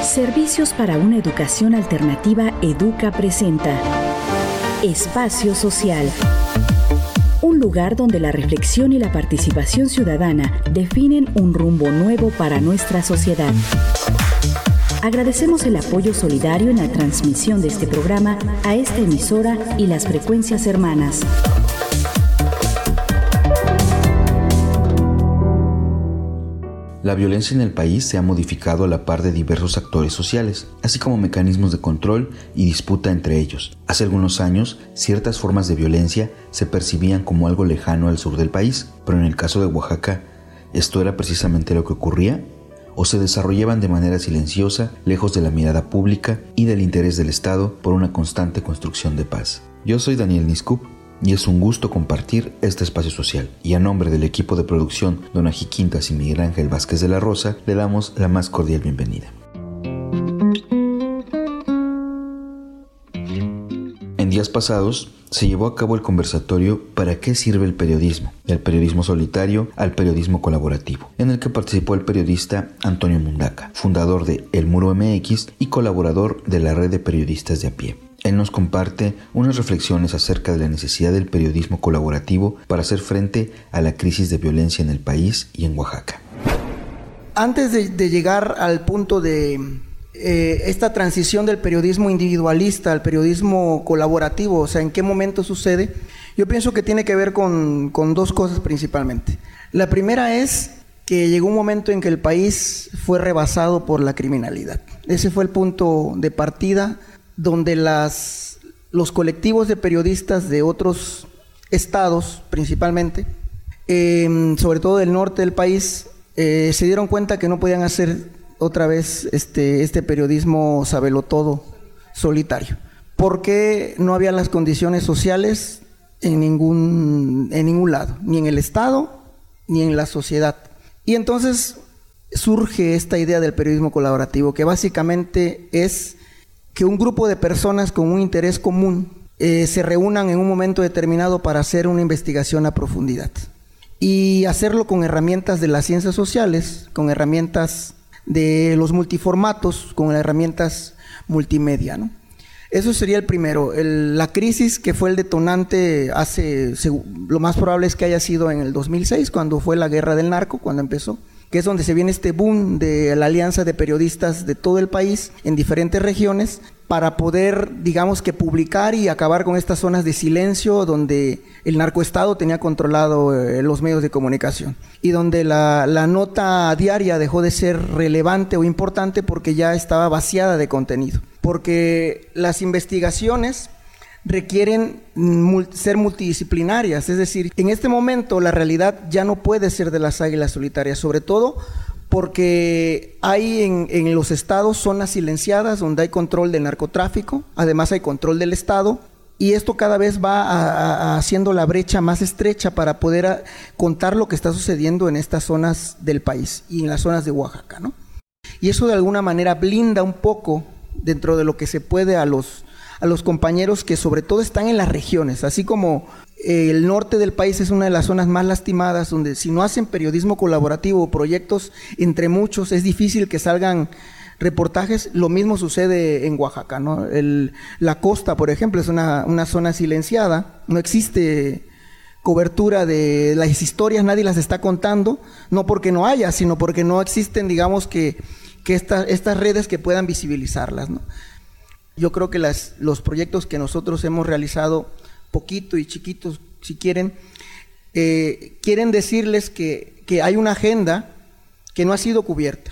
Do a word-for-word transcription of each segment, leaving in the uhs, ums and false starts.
Servicios para una educación alternativa Educa presenta Espacio Social. Un lugar donde la reflexión y la participación ciudadana definen un rumbo nuevo para nuestra sociedad. Agradecemos el apoyo solidario en la transmisión de este programa a esta emisora y las frecuencias hermanas. La violencia en el país se ha modificado a la par de diversos actores sociales, así como mecanismos de control y disputa entre ellos. Hace algunos años, ciertas formas de violencia se percibían como algo lejano al sur del país, pero en el caso de Oaxaca, ¿esto era precisamente lo que ocurría? ¿O se desarrollaban de manera silenciosa, lejos de la mirada pública y del interés del Estado por una constante construcción de paz? Yo soy Daniel Niscup, y es un gusto compartir este espacio social. Y a nombre del equipo de producción Donají Quintas y Miguel Ángel Vázquez de la Rosa, le damos la más cordial bienvenida. En días pasados se llevó a cabo el conversatorio ¿Para qué sirve el periodismo? Del periodismo solitario al periodismo colaborativo, en el que participó el periodista Antonio Mundaca, fundador de El Muro M X y colaborador de la red de periodistas de a pie. Él nos comparte unas reflexiones acerca de la necesidad del periodismo colaborativo para hacer frente a la crisis de violencia en el país y en Oaxaca. Antes de, de llegar al punto de eh, esta transición del periodismo individualista al periodismo colaborativo, o sea, ¿en qué momento sucede? Yo pienso que tiene que ver con, con dos cosas principalmente. La primera es que llegó un momento en que el país fue rebasado por la criminalidad. Ese fue el punto de partida donde las, los colectivos de periodistas de otros estados, principalmente, eh, sobre todo del norte del país, eh, se dieron cuenta que no podían hacer otra vez este, este periodismo sabelotodo solitario, porque no había las condiciones sociales en ningún, en ningún lado, ni en el Estado, ni en la sociedad. Y entonces surge esta idea del periodismo colaborativo, que básicamente es que un grupo de personas con un interés común eh, se reúnan en un momento determinado para hacer una investigación a profundidad y hacerlo con herramientas de las ciencias sociales, con herramientas de los multiformatos, con herramientas multimedia, ¿no? Eso sería el primero. El, la crisis que fue el detonante hace, lo más probable es que haya sido en el dos mil seis, cuando fue la guerra del narco, cuando empezó, que es donde se viene este boom de la alianza de periodistas de todo el país en diferentes regiones para poder, digamos que publicar y acabar con estas zonas de silencio donde el narcoestado tenía controlado eh, los medios de comunicación y donde la, la nota diaria dejó de ser relevante o importante porque ya estaba vaciada de contenido, porque las investigaciones requieren mul- ser multidisciplinarias, es decir, en este momento la realidad ya no puede ser de las águilas solitarias, sobre todo porque hay en, en los estados zonas silenciadas donde hay control del narcotráfico, además hay control del Estado, y esto cada vez va a, a, a haciendo la brecha más estrecha para poder a, contar lo que está sucediendo en estas zonas del país y en las zonas de Oaxaca, ¿no? Y eso de alguna manera blinda un poco dentro de lo que se puede a los a los compañeros que sobre todo están en las regiones, así como eh, el norte del país es una de las zonas más lastimadas, donde si no hacen periodismo colaborativo o proyectos entre muchos, es difícil que salgan reportajes. Lo mismo sucede en Oaxaca, ¿no? El, la costa, por ejemplo, es una, una zona silenciada, no existe cobertura de las historias, nadie las está contando, no porque no haya, sino porque no existen, digamos, que, que esta, estas redes que puedan visibilizarlas, ¿no? Yo creo que las, los proyectos que nosotros hemos realizado, poquito y chiquitos si quieren, eh, quieren decirles que, que hay una agenda que no ha sido cubierta.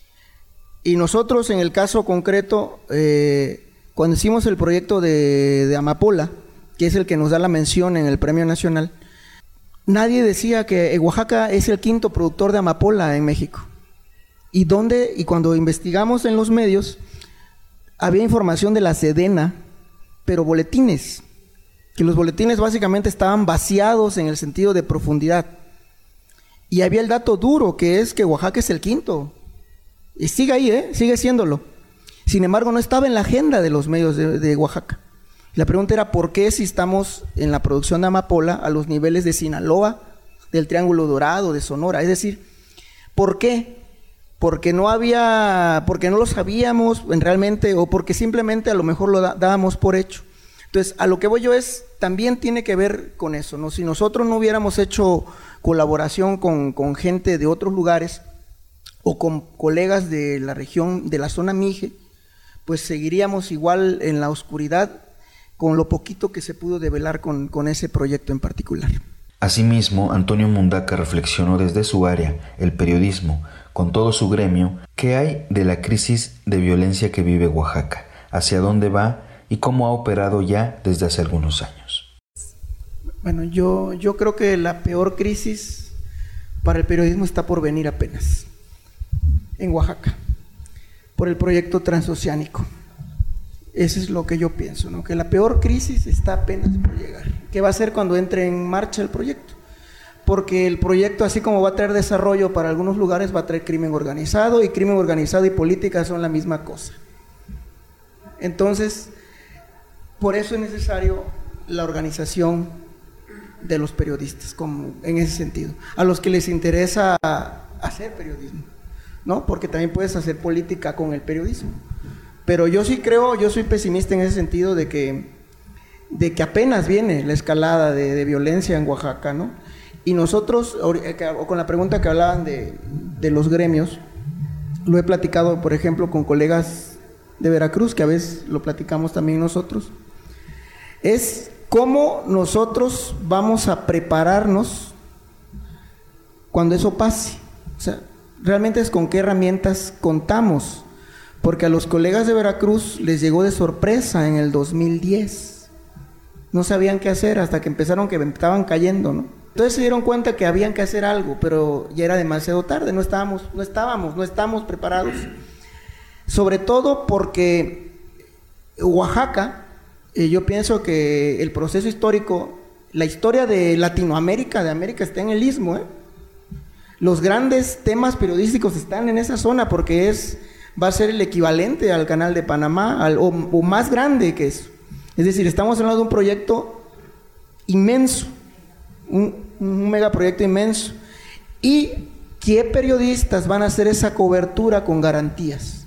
Y nosotros en el caso concreto, eh, cuando hicimos el proyecto de, de Amapola, que es el que nos da la mención en el Premio Nacional, nadie decía que Oaxaca es el quinto productor de amapola en México. ¿Y dónde? Y cuando investigamos en los medios, había información de la Sedena, pero boletines, que los boletines básicamente estaban vaciados en el sentido de profundidad. Y había el dato duro, que es que Oaxaca es el quinto. Y sigue ahí, ¿eh? Sigue siéndolo. Sin embargo, no estaba en la agenda de los medios de, de Oaxaca. La pregunta era, ¿por qué si estamos en la producción de amapola a los niveles de Sinaloa, del Triángulo Dorado, de Sonora? Es decir, ¿por qué? porque no había, porque no lo sabíamos realmente, o porque simplemente a lo mejor lo dábamos por hecho. Entonces, a lo que voy yo es, también tiene que ver con eso, ¿no? Si nosotros no hubiéramos hecho colaboración con, con gente de otros lugares, o con colegas de la región, de la zona Mije, pues seguiríamos igual en la oscuridad con lo poquito que se pudo develar con, con ese proyecto en particular. Asimismo, Antonio Mundaca reflexionó desde su área, el periodismo, con todo su gremio, qué hay de la crisis de violencia que vive Oaxaca, hacia dónde va y cómo ha operado ya desde hace algunos años. Bueno, yo, yo creo que la peor crisis para el periodismo está por venir apenas, en Oaxaca, por el proyecto transoceánico. Eso es lo que yo pienso, ¿no? Que la peor crisis está apenas por llegar. ¿Qué va a ser cuando entre en marcha el proyecto? Porque el proyecto, así como va a traer desarrollo para algunos lugares, va a traer crimen organizado, y crimen organizado y política son la misma cosa. Entonces, por eso es necesario la organización de los periodistas, como en ese sentido, a los que les interesa hacer periodismo, ¿no? Porque también puedes hacer política con el periodismo. Pero yo sí creo, yo soy pesimista en ese sentido de que, de que apenas viene la escalada de, de violencia en Oaxaca, ¿no? Y nosotros, o con la pregunta que hablaban de, de los gremios, lo he platicado, por ejemplo, con colegas de Veracruz, que a veces lo platicamos también nosotros, es cómo nosotros vamos a prepararnos cuando eso pase. O sea, realmente es con qué herramientas contamos, porque a los colegas de Veracruz les llegó de sorpresa en el dos mil diez. No sabían qué hacer hasta que empezaron que estaban cayendo, ¿no? Entonces se dieron cuenta que habían que hacer algo, pero ya era demasiado tarde, no estábamos, no estábamos, no estamos preparados. Sobre todo porque Oaxaca, eh, yo pienso que el proceso histórico, la historia de Latinoamérica, de América, está en el Istmo, ¿eh? Los grandes temas periodísticos están en esa zona porque es... va a ser el equivalente al Canal de Panamá, al, o, o más grande que eso. Es decir, estamos hablando de un proyecto inmenso, un, un megaproyecto inmenso. ¿Y qué periodistas van a hacer esa cobertura con garantías?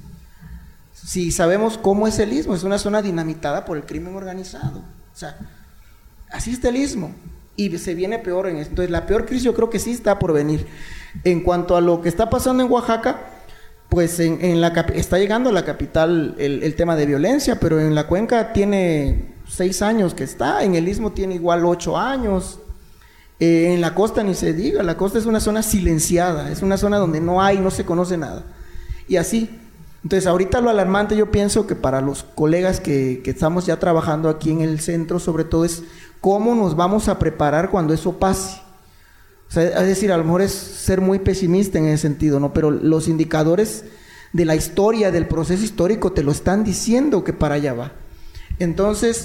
Si sabemos cómo es el Istmo, es una zona dinamitada por el crimen organizado. O sea, así está el Istmo. Y se viene peor en esto. Entonces, la peor crisis yo creo que sí está por venir. En cuanto a lo que está pasando en Oaxaca, pues en, en la está llegando a la capital el, el tema de violencia, pero en la cuenca tiene seis años que está, en el Istmo tiene igual ocho años, eh, en la costa ni se diga, la costa es una zona silenciada, es una zona donde no hay, no se conoce nada, y así. Entonces ahorita lo alarmante yo pienso que para los colegas que, que estamos ya trabajando aquí en el centro, sobre todo es cómo nos vamos a preparar cuando eso pase. O sea, es decir, a lo mejor es ser muy pesimista en ese sentido, ¿no? Pero los indicadores de la historia, del proceso histórico, te lo están diciendo que para allá va. Entonces,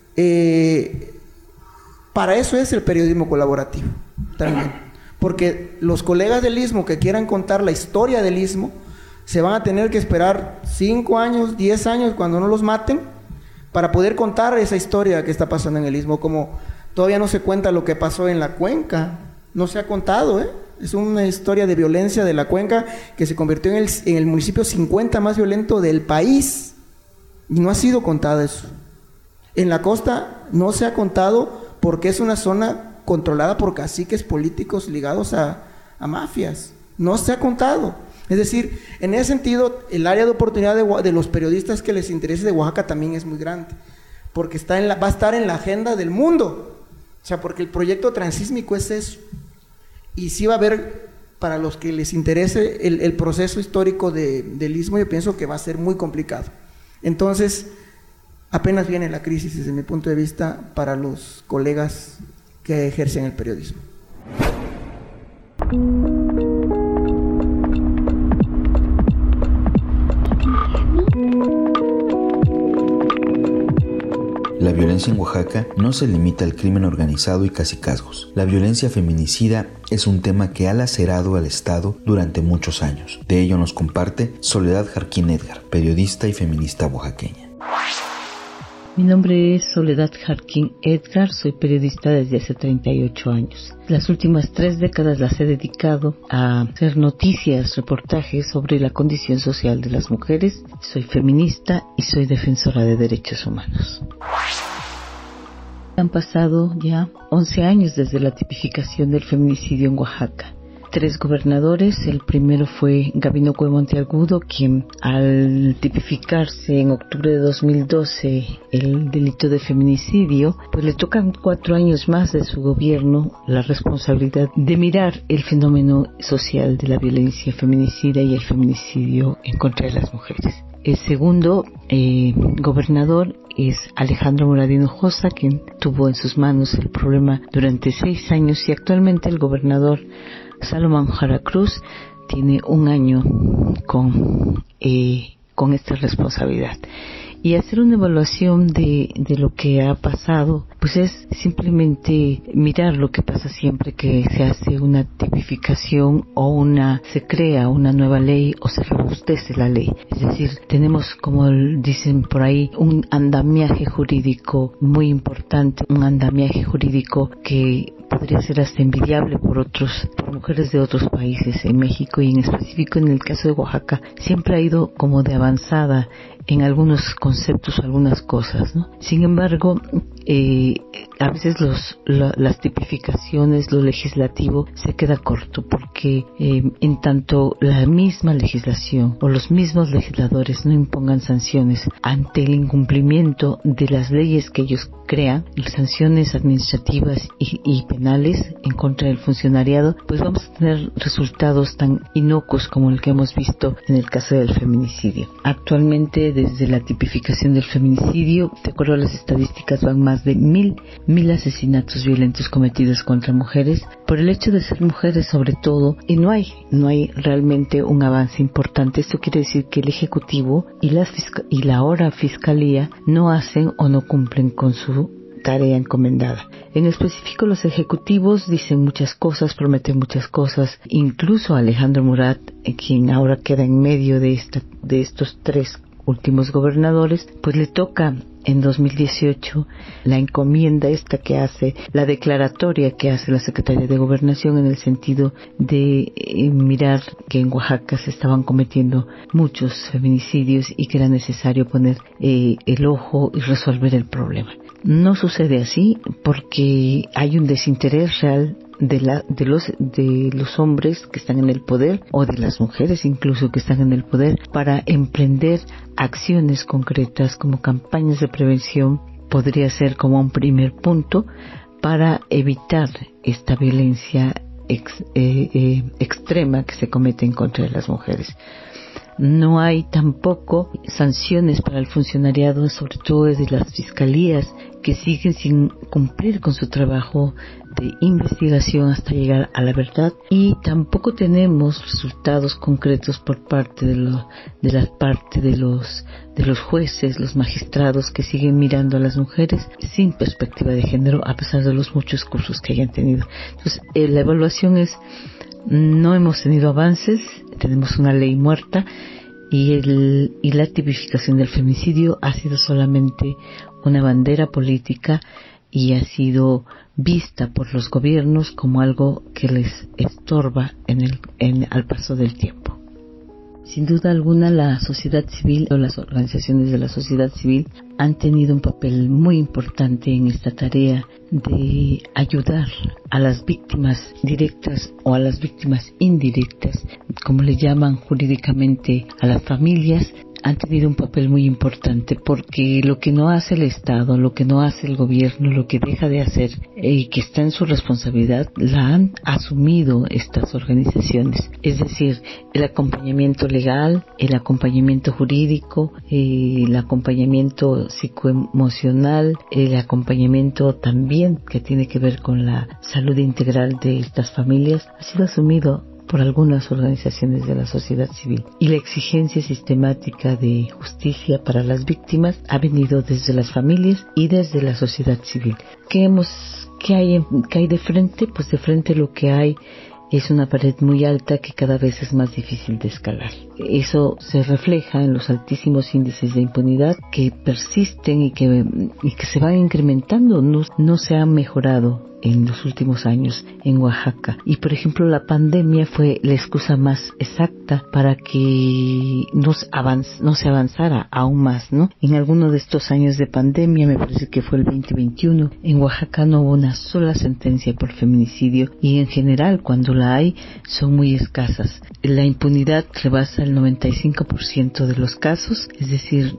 eh, para eso es el periodismo colaborativo también. Porque los colegas del Istmo que quieran contar la historia del Istmo, se van a tener que esperar cinco años, diez años, cuando no los maten, para poder contar esa historia que está pasando en el Istmo. Como todavía no se cuenta lo que pasó en la cuenca, no se ha contado, ¿eh? Es una historia de violencia de la cuenca que se convirtió en el, en el municipio cincuenta más violento del país. Y no ha sido contada eso. En la costa no se ha contado porque es una zona controlada por caciques políticos ligados a, a mafias. No se ha contado. Es decir, en ese sentido, el área de oportunidad de, de los periodistas que les interese de Oaxaca también es muy grande. Porque está en la, va a estar en la agenda del mundo. O sea, porque el proyecto transísmico es eso. Y sí va a haber, para los que les interese el, el proceso histórico de, del Istmo, yo pienso que va a ser muy complicado. Entonces, apenas viene la crisis desde mi punto de vista para los colegas que ejercen el periodismo. La violencia en Oaxaca no se limita al crimen organizado y cacicazgos. La violencia feminicida es un tema que ha lacerado al Estado durante muchos años. De ello nos comparte Soledad Jarquín Edgar, periodista y feminista oaxaqueña. Mi nombre es Soledad Jarquín Edgar, soy periodista desde hace treinta y ocho años. Las últimas tres décadas las he dedicado a hacer noticias, reportajes sobre la condición social de las mujeres. Soy feminista y soy defensora de derechos humanos. Han pasado ya once años desde la tipificación del feminicidio en Oaxaca. Tres gobernadores, el primero fue Gabino Cue Monteagudo, quien al tipificarse en octubre de dos mil doce el delito de feminicidio, pues le tocan cuatro años más de su gobierno la responsabilidad de mirar el fenómeno social de la violencia feminicida y el feminicidio en contra de las mujeres. El segundo eh, gobernador es Alejandro Muradino Josa, quien tuvo en sus manos el problema durante seis años, y actualmente el gobernador Salomón Jara Cruz tiene un año con, eh, con esta responsabilidad. Y hacer una evaluación de, de lo que ha pasado, pues es simplemente mirar lo que pasa siempre que se hace una tipificación o una se crea una nueva ley o se robustece la ley. Es decir, tenemos, como dicen por ahí, un andamiaje jurídico muy importante, un andamiaje jurídico que podría ser hasta envidiable por otros, por mujeres de otros países. En México y en específico en el caso de Oaxaca siempre ha ido como de avanzada en algunos conceptos, algunas cosas, ¿no? Sin embargo, eh, a veces los, la, las tipificaciones, lo legislativo se queda corto, porque eh, en tanto la misma legislación o los mismos legisladores no impongan sanciones ante el incumplimiento de las leyes que ellos crean, sanciones administrativas y, y penales en contra del funcionariado, pues vamos a tener resultados tan inocuos como el que hemos visto en el caso del feminicidio. Actualmente, desde la tipificación del feminicidio, de acuerdo a las estadísticas, van más de mil, mil asesinatos violentos cometidos contra mujeres por el hecho de ser mujeres sobre todo, y no hay, no hay realmente un avance importante. Esto quiere decir que el Ejecutivo y la, fisca- y la ahora Fiscalía no hacen o no cumplen con su tarea encomendada. En específico, los ejecutivos dicen muchas cosas, prometen muchas cosas. Incluso Alejandro Murat, quien ahora queda en medio de, esta, de estos tres últimos gobernadores, pues le toca en dos mil dieciocho la encomienda esta que hace, la declaratoria que hace la Secretaría de Gobernación, en el sentido de eh, mirar que en Oaxaca se estaban cometiendo muchos feminicidios y que era necesario poner eh, el ojo y resolver el problema. No sucede así porque hay un desinterés real de, la, de, los, de los hombres que están en el poder, o de las mujeres incluso que están en el poder, para emprender acciones concretas como campañas de prevención. Podría ser como un primer punto para evitar esta violencia ex, eh, eh, extrema que se comete en contra de las mujeres. No hay tampoco sanciones para el funcionariado, sobre todo desde las fiscalías, que siguen sin cumplir con su trabajo de investigación hasta llegar a la verdad, y tampoco tenemos resultados concretos por parte de, lo, de la parte de los de los jueces, los magistrados, que siguen mirando a las mujeres sin perspectiva de género, a pesar de los muchos cursos que hayan tenido. Entonces, eh, la evaluación es: no hemos tenido avances, tenemos una ley muerta, y, el, y la tipificación del feminicidio ha sido solamente una bandera política y ha sido vista por los gobiernos como algo que les estorba en el, en, al paso del tiempo. Sin duda alguna, la sociedad civil o las organizaciones de la sociedad civil han tenido un papel muy importante en esta tarea de ayudar a las víctimas directas o a las víctimas indirectas, como le llaman jurídicamente a las familias. Han tenido un papel muy importante, porque lo que no hace el Estado, lo que no hace el gobierno, lo que deja de hacer y eh, que está en su responsabilidad, la han asumido estas organizaciones. Es decir, el acompañamiento legal, el acompañamiento jurídico, eh, el acompañamiento psicoemocional, el acompañamiento también que tiene que ver con la salud integral de estas familias, ha sido asumido por algunas organizaciones de la sociedad civil, y la exigencia sistemática de justicia para las víctimas ha venido desde las familias y desde la sociedad civil. ¿Qué hemos, qué hay, qué hay de frente? Pues de frente lo que hay es una pared muy alta que cada vez es más difícil de escalar. Eso se refleja en los altísimos índices de impunidad que persisten y que, y que se van incrementando, no, no se han mejorado en los últimos años en Oaxaca. Y por ejemplo, la pandemia fue la excusa más exacta para que nos avanz, no se avanzara aún más, ¿no? En alguno de estos años de pandemia, me parece que fue el veinte veintiuno, en Oaxaca no hubo una sola sentencia por feminicidio, y en general, cuando la hay, son muy escasas. La impunidad rebasa el noventa y cinco por ciento de los casos, es decir,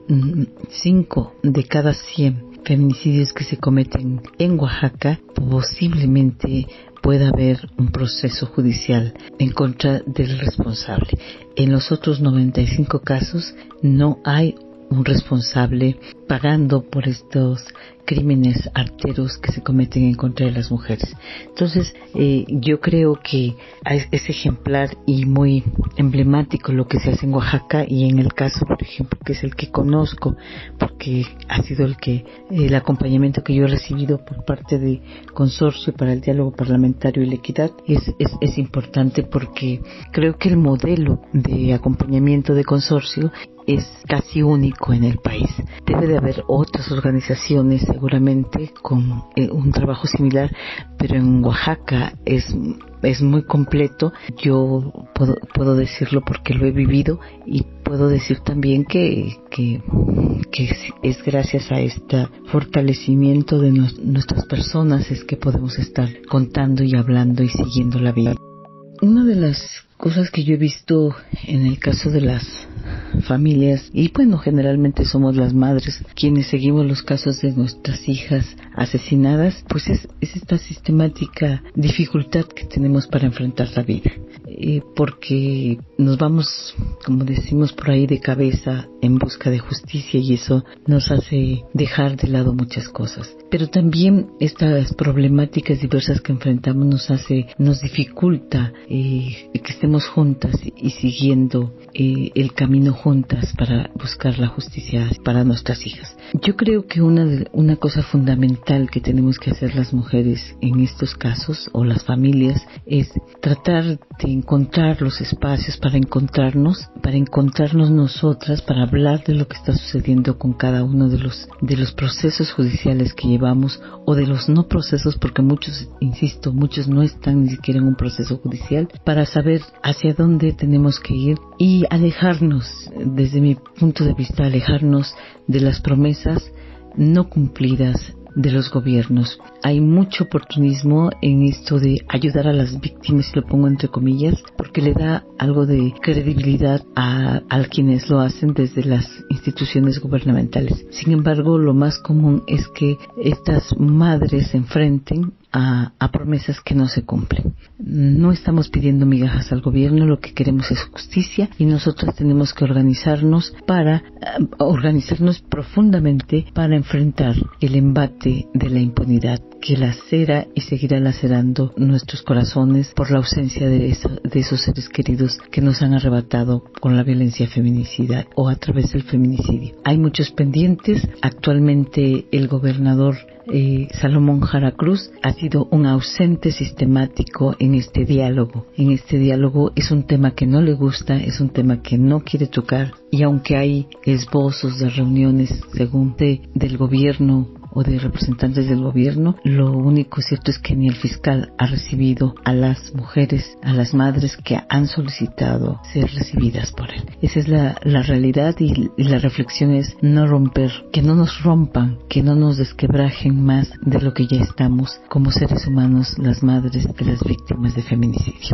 cinco de cada cien feminicidios que se cometen en Oaxaca, posiblemente pueda haber un proceso judicial en contra del responsable. En los otros noventa y cinco casos no hay un responsable pagando por estos crímenes arteros que se cometen en contra de las mujeres. Entonces, eh, yo creo que es ejemplar y muy emblemático lo que se hace en Oaxaca, y en el caso, por ejemplo, que es el que conozco, porque ha sido el que el acompañamiento que yo he recibido por parte de Consorcio para el Diálogo Parlamentario y la Equidad, es, es, es importante, porque creo que el modelo de acompañamiento de Consorcio es casi único en el país. Debe de haber otras organizaciones seguramente con eh, un trabajo similar, pero en Oaxaca es es muy completo. Yo puedo, puedo decirlo porque lo he vivido, y puedo decir también que, que, que es gracias a este fortalecimiento de nos, nuestras personas es que podemos estar contando y hablando y siguiendo la vida. Una de las cosas que yo he visto en el caso de las familias, y bueno, generalmente somos las madres quienes seguimos los casos de nuestras hijas asesinadas, pues es, es esta sistemática dificultad que tenemos para enfrentar la vida, eh, porque nos vamos, como decimos por ahí, de cabeza en busca de justicia, y eso nos hace dejar de lado muchas cosas. Pero también estas problemáticas diversas que enfrentamos nos hace, nos dificulta eh, que estemos juntas y siguiendo eh, el camino juntas para buscar la justicia para nuestras hijas. Yo creo que una, de, una cosa fundamental que tenemos que hacer las mujeres en estos casos, o las familias, es tratar de encontrar los espacios para encontrarnos, para encontrarnos nosotras, para hablar de lo que está sucediendo con cada uno de los, de los procesos judiciales que llevamos, o de los no procesos, porque muchos, insisto, muchos no están ni siquiera en un proceso judicial, para saber hacia dónde tenemos que ir y alejarnos, desde mi punto de vista, alejarnos de las promesas no cumplidas de los gobiernos. Hay mucho oportunismo en esto de ayudar a las víctimas, y lo pongo entre comillas, porque le da algo de credibilidad a, a quienes lo hacen desde las instituciones gubernamentales. Sin embargo, lo más común es que estas madres se enfrenten a, a promesas que no se cumplen. No estamos pidiendo migajas al gobierno, lo que queremos es justicia, y nosotros tenemos que organizarnos para uh, organizarnos profundamente para enfrentar el embate de la impunidad que lacera y seguirá lacerando nuestros corazones por la ausencia de, eso, de esos seres queridos que nos han arrebatado con la violencia feminicida o a través del feminicidio. Hay muchos pendientes. Actualmente el gobernador Eh, Salomón Jara Cruz ha sido un ausente sistemático en este diálogo. En este diálogo es un tema que no le gusta, es un tema que no quiere tocar, y aunque hay esbozos de reuniones según de, del gobierno o de representantes del gobierno, lo único cierto es que ni el fiscal ha recibido a las mujeres, a las madres que han solicitado ser recibidas por él. Esa es la, la realidad, y, y la reflexión es no romper, que no nos rompan, que no nos desquebrajen más de lo que ya estamos como seres humanos, las madres de las víctimas de feminicidio.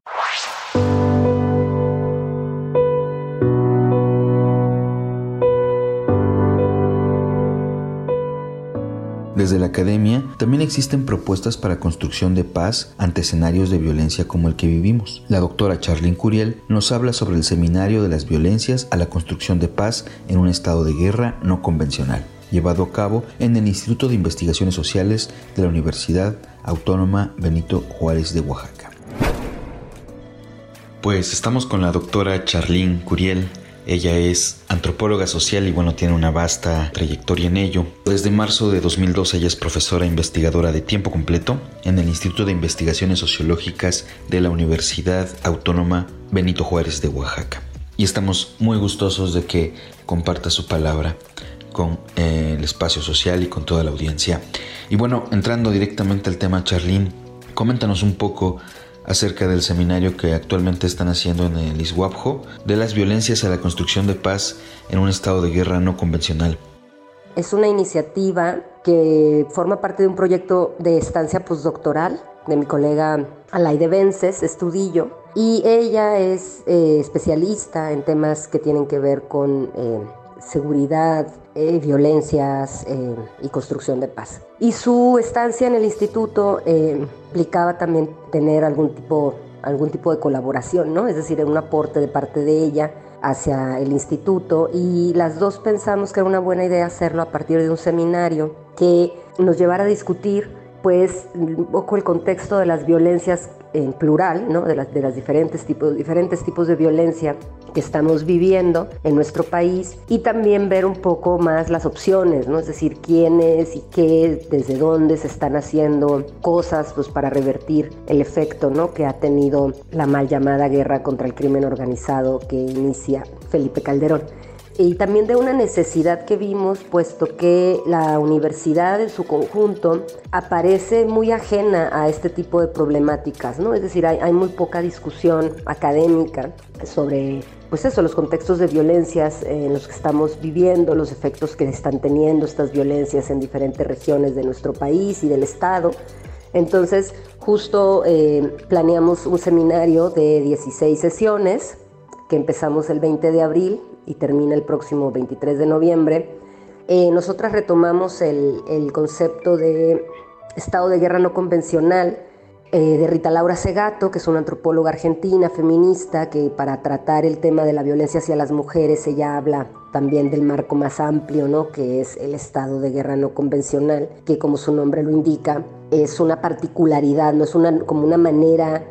Desde la academia también existen propuestas para construcción de paz ante escenarios de violencia como el que vivimos. La doctora Charlín Curiel nos habla sobre el Seminario de las Violencias a la Construcción de Paz en un Estado de Guerra No Convencional, llevado a cabo en el Instituto de Investigaciones Sociales de la Universidad Autónoma Benito Juárez de Oaxaca. Pues estamos con la doctora Charlín Curiel, Ella es antropóloga social y bueno, tiene una vasta trayectoria en ello. Desde marzo de dos mil doce ella es profesora investigadora de tiempo completo en el Instituto de Investigaciones Sociológicas de la Universidad Autónoma Benito Juárez de Oaxaca. Y estamos muy gustosos de que comparta su palabra con eh, el espacio social y con toda la audiencia. Y bueno, entrando directamente al tema, Charlene, coméntanos un poco acerca del seminario que actualmente están haciendo en el ISWAPJO de las violencias a la construcción de paz en un estado de guerra no convencional. Es una iniciativa que forma parte de un proyecto de estancia postdoctoral de mi colega Alaide Vences Estudillo, y ella es eh, especialista en temas que tienen que ver con eh, seguridad, eh, violencias eh, y construcción de paz. Y su estancia en el instituto eh, implicaba también tener algún tipo, algún tipo de colaboración, ¿no? Es decir, un aporte de parte de ella hacia el instituto, y las dos pensamos que era una buena idea hacerlo a partir de un seminario que nos llevara a discutir pues un poco el contexto de las violencias en plural, ¿no? de, las, de las diferentes tipos, diferentes tipos de violencia que estamos viviendo en nuestro país, y también ver un poco más las opciones, ¿no? Es decir, quiénes y qué, desde dónde se están haciendo cosas pues, para revertir el efecto, ¿no? que ha tenido la mal llamada guerra contra el crimen organizado que inicia Felipe Calderón. Y también de una necesidad que vimos, puesto que la universidad en su conjunto aparece muy ajena a este tipo de problemáticas, ¿no? Es decir, hay, hay muy poca discusión académica sobre, pues eso, los contextos de violencias en los que estamos viviendo, los efectos que están teniendo estas violencias en diferentes regiones de nuestro país y del estado. Entonces, justo eh, planeamos un seminario de dieciséis sesiones que empezamos el veinte de abril y termina el próximo veintitrés de noviembre. Eh, nosotras retomamos el, el concepto de estado de guerra no convencional eh, de Rita Laura Segato, que es una antropóloga argentina, feminista, que para tratar el tema de la violencia hacia las mujeres, ella habla también del marco más amplio, ¿no? que es el estado de guerra no convencional, que como su nombre lo indica, es una particularidad, no es una, como una manera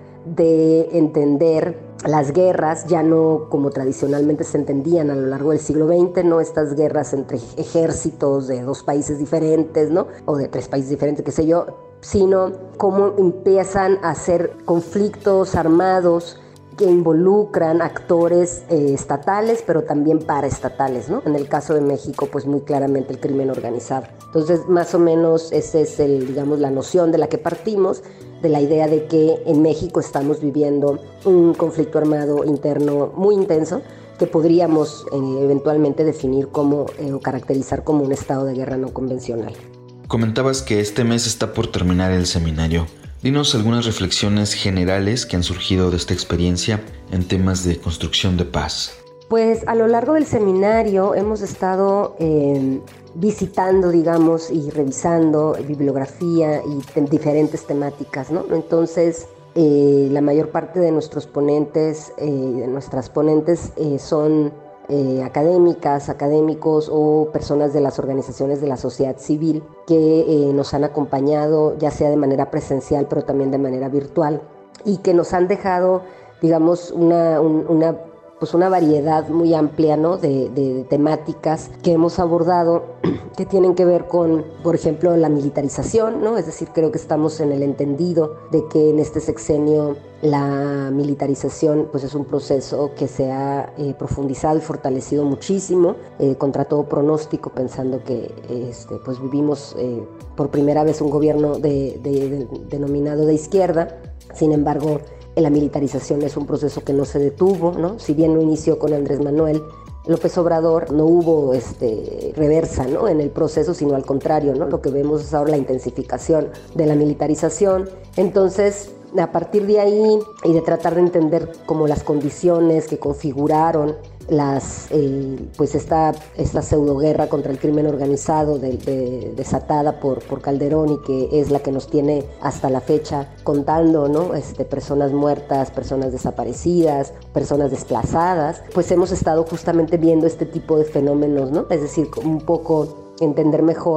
de entender las guerras, ya no como tradicionalmente se entendían a lo largo del siglo veinte, ¿no? Estas guerras entre ejércitos de dos países diferentes, ¿no? O de tres países diferentes, qué sé yo, sino cómo empiezan a ser conflictos armados que involucran actores eh, estatales, pero también paraestatales, ¿no? En el caso de México, pues muy claramente el crimen organizado. Entonces, más o menos, esa es el, digamos, la noción de la que partimos, de la idea de que en México estamos viviendo un conflicto armado interno muy intenso, que podríamos eh, eventualmente definir como, eh, o caracterizar como un estado de guerra no convencional. Comentabas que este mes está por terminar el seminario. Dinos algunas reflexiones generales que han surgido de esta experiencia en temas de construcción de paz. Pues a lo largo del seminario hemos estado eh, visitando, digamos, y revisando bibliografía y te- diferentes temáticas, ¿no? Entonces, eh, la mayor parte de nuestros ponentes, eh, de nuestras ponentes, eh, son eh, académicas, académicos o personas de las organizaciones de la sociedad civil que eh, nos han acompañado, ya sea de manera presencial, pero también de manera virtual, y que nos han dejado, digamos, una, un, una pues una variedad muy amplia, ¿no? de, de temáticas que hemos abordado que tienen que ver con, por ejemplo, la militarización, ¿no? Es decir, creo que estamos en el entendido de que en este sexenio la militarización pues es un proceso que se ha eh, profundizado y fortalecido muchísimo, eh, contra todo pronóstico, pensando que este, pues vivimos eh, por primera vez un gobierno de, de, de, denominado de izquierda. Sin embargo, la militarización es un proceso que no se detuvo, ¿no? Si bien no inició con Andrés Manuel López Obrador, no hubo este, reversa, ¿no? en el proceso, sino al contrario, ¿no? Lo que vemos es ahora la intensificación de la militarización. Entonces, a partir de ahí y de tratar de entender como las condiciones que configuraron las, eh, pues esta, esta pseudoguerra contra el crimen organizado de, de, desatada por, por Calderón, y que es la que nos tiene hasta la fecha contando, ¿no? este, personas muertas, personas desaparecidas, personas desplazadas, pues hemos estado justamente viendo este tipo de fenómenos, ¿no? Es decir, un poco entender mejor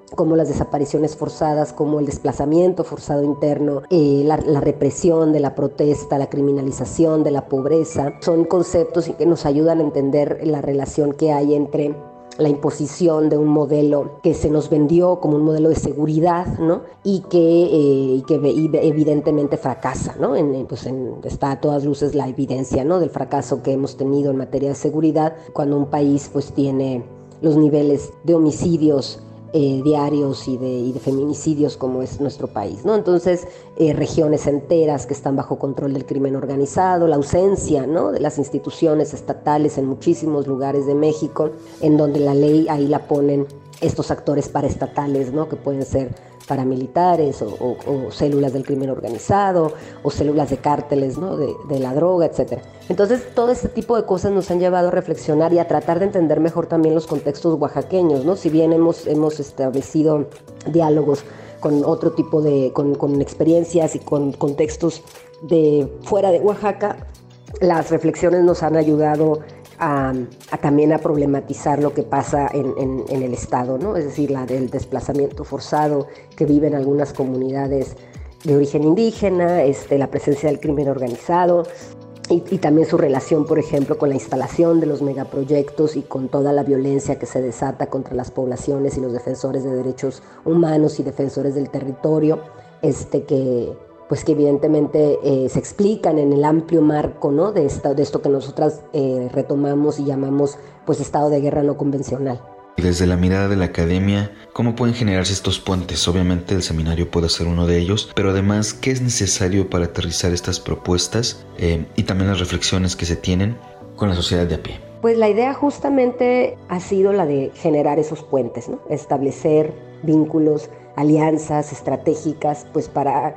como las desapariciones forzadas, como el desplazamiento forzado interno, eh, la, la represión de la protesta, la criminalización de la pobreza, son conceptos que nos ayudan a entender la relación que hay entre la imposición de un modelo que se nos vendió como un modelo de seguridad, ¿no? Y que, eh, y que evidentemente fracasa, ¿no? En, pues en, está a todas luces la evidencia, ¿no? Del fracaso que hemos tenido en materia de seguridad cuando un país pues tiene los niveles de homicidios Eh, diarios y de, y de feminicidios como es nuestro país, ¿no? Entonces, eh, regiones enteras que están bajo control del crimen organizado, la ausencia, ¿no? de las instituciones estatales en muchísimos lugares de México, en donde la ley ahí la ponen estos actores paraestatales, ¿no? que pueden ser paramilitares o, o, o células del crimen organizado o células de cárteles, ¿no? de, de la droga, etcétera. Entonces, todo este tipo de cosas nos han llevado a reflexionar y a tratar de entender mejor también los contextos oaxaqueños, ¿no? Si bien hemos, hemos establecido diálogos con otro tipo de, con, con experiencias y con contextos de fuera de Oaxaca, las reflexiones nos han ayudado A, a también a problematizar lo que pasa en, en, en el Estado, ¿no? Es decir, la del desplazamiento forzado que viven algunas comunidades de origen indígena, este, la presencia del crimen organizado y, y también su relación, por ejemplo, con la instalación de los megaproyectos y con toda la violencia que se desata contra las poblaciones y los defensores de derechos humanos y defensores del territorio, este, que... pues que evidentemente eh, se explican en el amplio marco, ¿no? de, esta, de esto que nosotras eh, retomamos y llamamos pues estado de guerra no convencional. Y desde la mirada de la academia, ¿cómo pueden generarse estos puentes? Obviamente el seminario puede ser uno de ellos, pero además, ¿qué es necesario para aterrizar estas propuestas eh, y también las reflexiones que se tienen con la sociedad de a pie? Pues la idea justamente ha sido la de generar esos puentes, ¿no? Establecer vínculos, alianzas estratégicas, pues para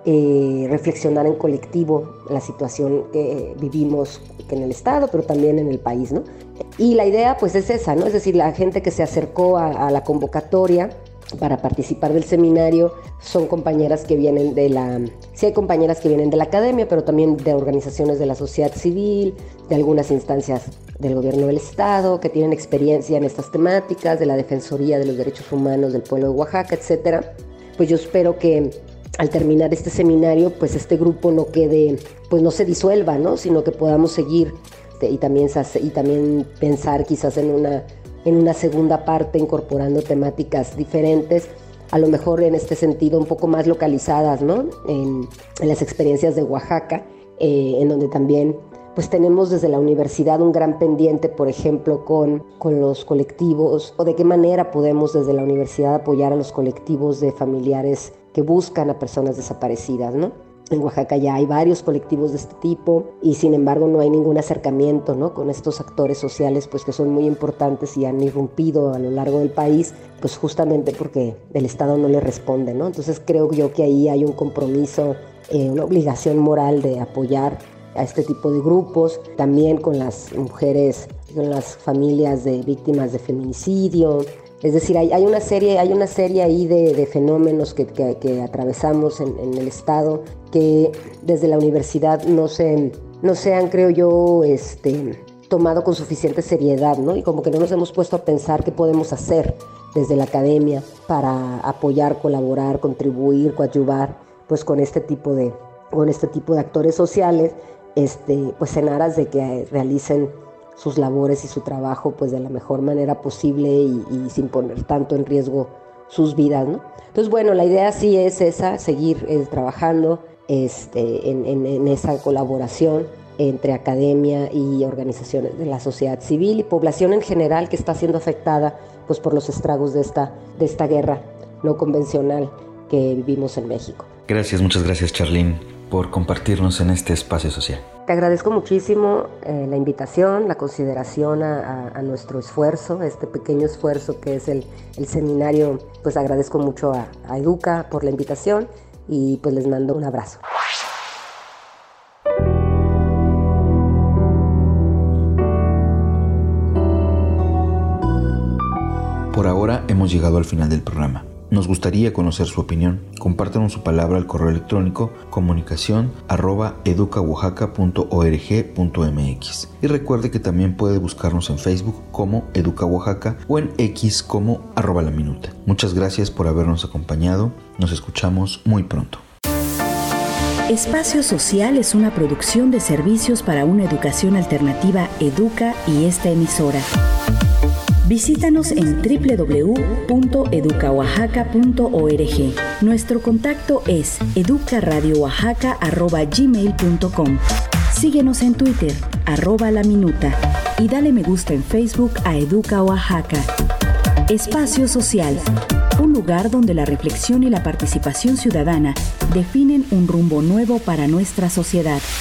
Eh, reflexionar en colectivo la situación que vivimos en el Estado, pero también en el país, ¿no? Y la idea pues es esa, ¿no? Es decir, la gente que se acercó a, a la convocatoria para participar del seminario son compañeras que vienen de la... Sí hay compañeras que vienen de la academia, pero también de organizaciones de la sociedad civil, de algunas instancias del gobierno del Estado, que tienen experiencia en estas temáticas, de la Defensoría de los Derechos Humanos del Pueblo de Oaxaca, etcétera. Pues yo espero que al terminar este seminario, pues este grupo no quede, pues no se disuelva, ¿no? Sino que podamos seguir y también, y también pensar quizás en una, en una segunda parte incorporando temáticas diferentes, a lo mejor en este sentido un poco más localizadas, ¿no? En, en las experiencias de Oaxaca, eh, en donde también pues tenemos desde la universidad un gran pendiente, por ejemplo, con, con los colectivos, o de qué manera podemos desde la universidad apoyar a los colectivos de familiares que buscan a personas desaparecidas, ¿no? En Oaxaca ya hay varios colectivos de este tipo y sin embargo no hay ningún acercamiento, ¿no? Con estos actores sociales pues que son muy importantes y han irrumpido a lo largo del país, pues justamente porque el Estado no les responde, ¿no? Entonces creo yo que ahí hay un compromiso, eh, una obligación moral de apoyar a este tipo de grupos, también con las mujeres, con las familias de víctimas de feminicidio. Es decir, hay, hay una serie, hay una serie ahí de, de fenómenos que, que, que atravesamos en, en el Estado que desde la universidad no se, no se han, creo yo, este, tomado con suficiente seriedad, ¿no? Y como que no nos hemos puesto a pensar qué podemos hacer desde la academia para apoyar, colaborar, contribuir, coadyuvar, pues con este tipo de, con este tipo de actores sociales, este, pues en aras de que realicen sus labores y su trabajo pues de la mejor manera posible y, y sin poner tanto en riesgo sus vidas, ¿no? Entonces, bueno, la idea sí es esa, seguir eh, trabajando este, en, en, en esa colaboración entre academia y organizaciones de la sociedad civil y población en general que está siendo afectada pues por los estragos de esta, de esta guerra no convencional que vivimos en México. Gracias, muchas gracias, Charlene, por compartirnos en este espacio social. Te agradezco muchísimo eh, la invitación, la consideración a, a, a nuestro esfuerzo, este pequeño esfuerzo que es el, el seminario. Pues agradezco mucho a, a Educa por la invitación y pues les mando un abrazo. Por ahora hemos llegado al final del programa. Nos gustaría conocer su opinión. Compártanos su palabra al correo electrónico comunicación arroba educaoaxaca.org.mx. Y recuerde que también puede buscarnos en Facebook como Educa Oaxaca o en X como arroba la minuta. Muchas gracias por habernos acompañado. Nos escuchamos muy pronto. Espacio Social es una producción de servicios para una educación alternativa Educa y esta emisora. Visítanos en doble u doble u doble u punto educa oaxaca punto org. Nuestro contacto es educaradioaxaca arroba gmail punto com. Síguenos en Twitter, arroba la minuta, y dale me gusta en Facebook a Educa Oaxaca. Espacio Social, un lugar donde la reflexión y la participación ciudadana definen un rumbo nuevo para nuestra sociedad.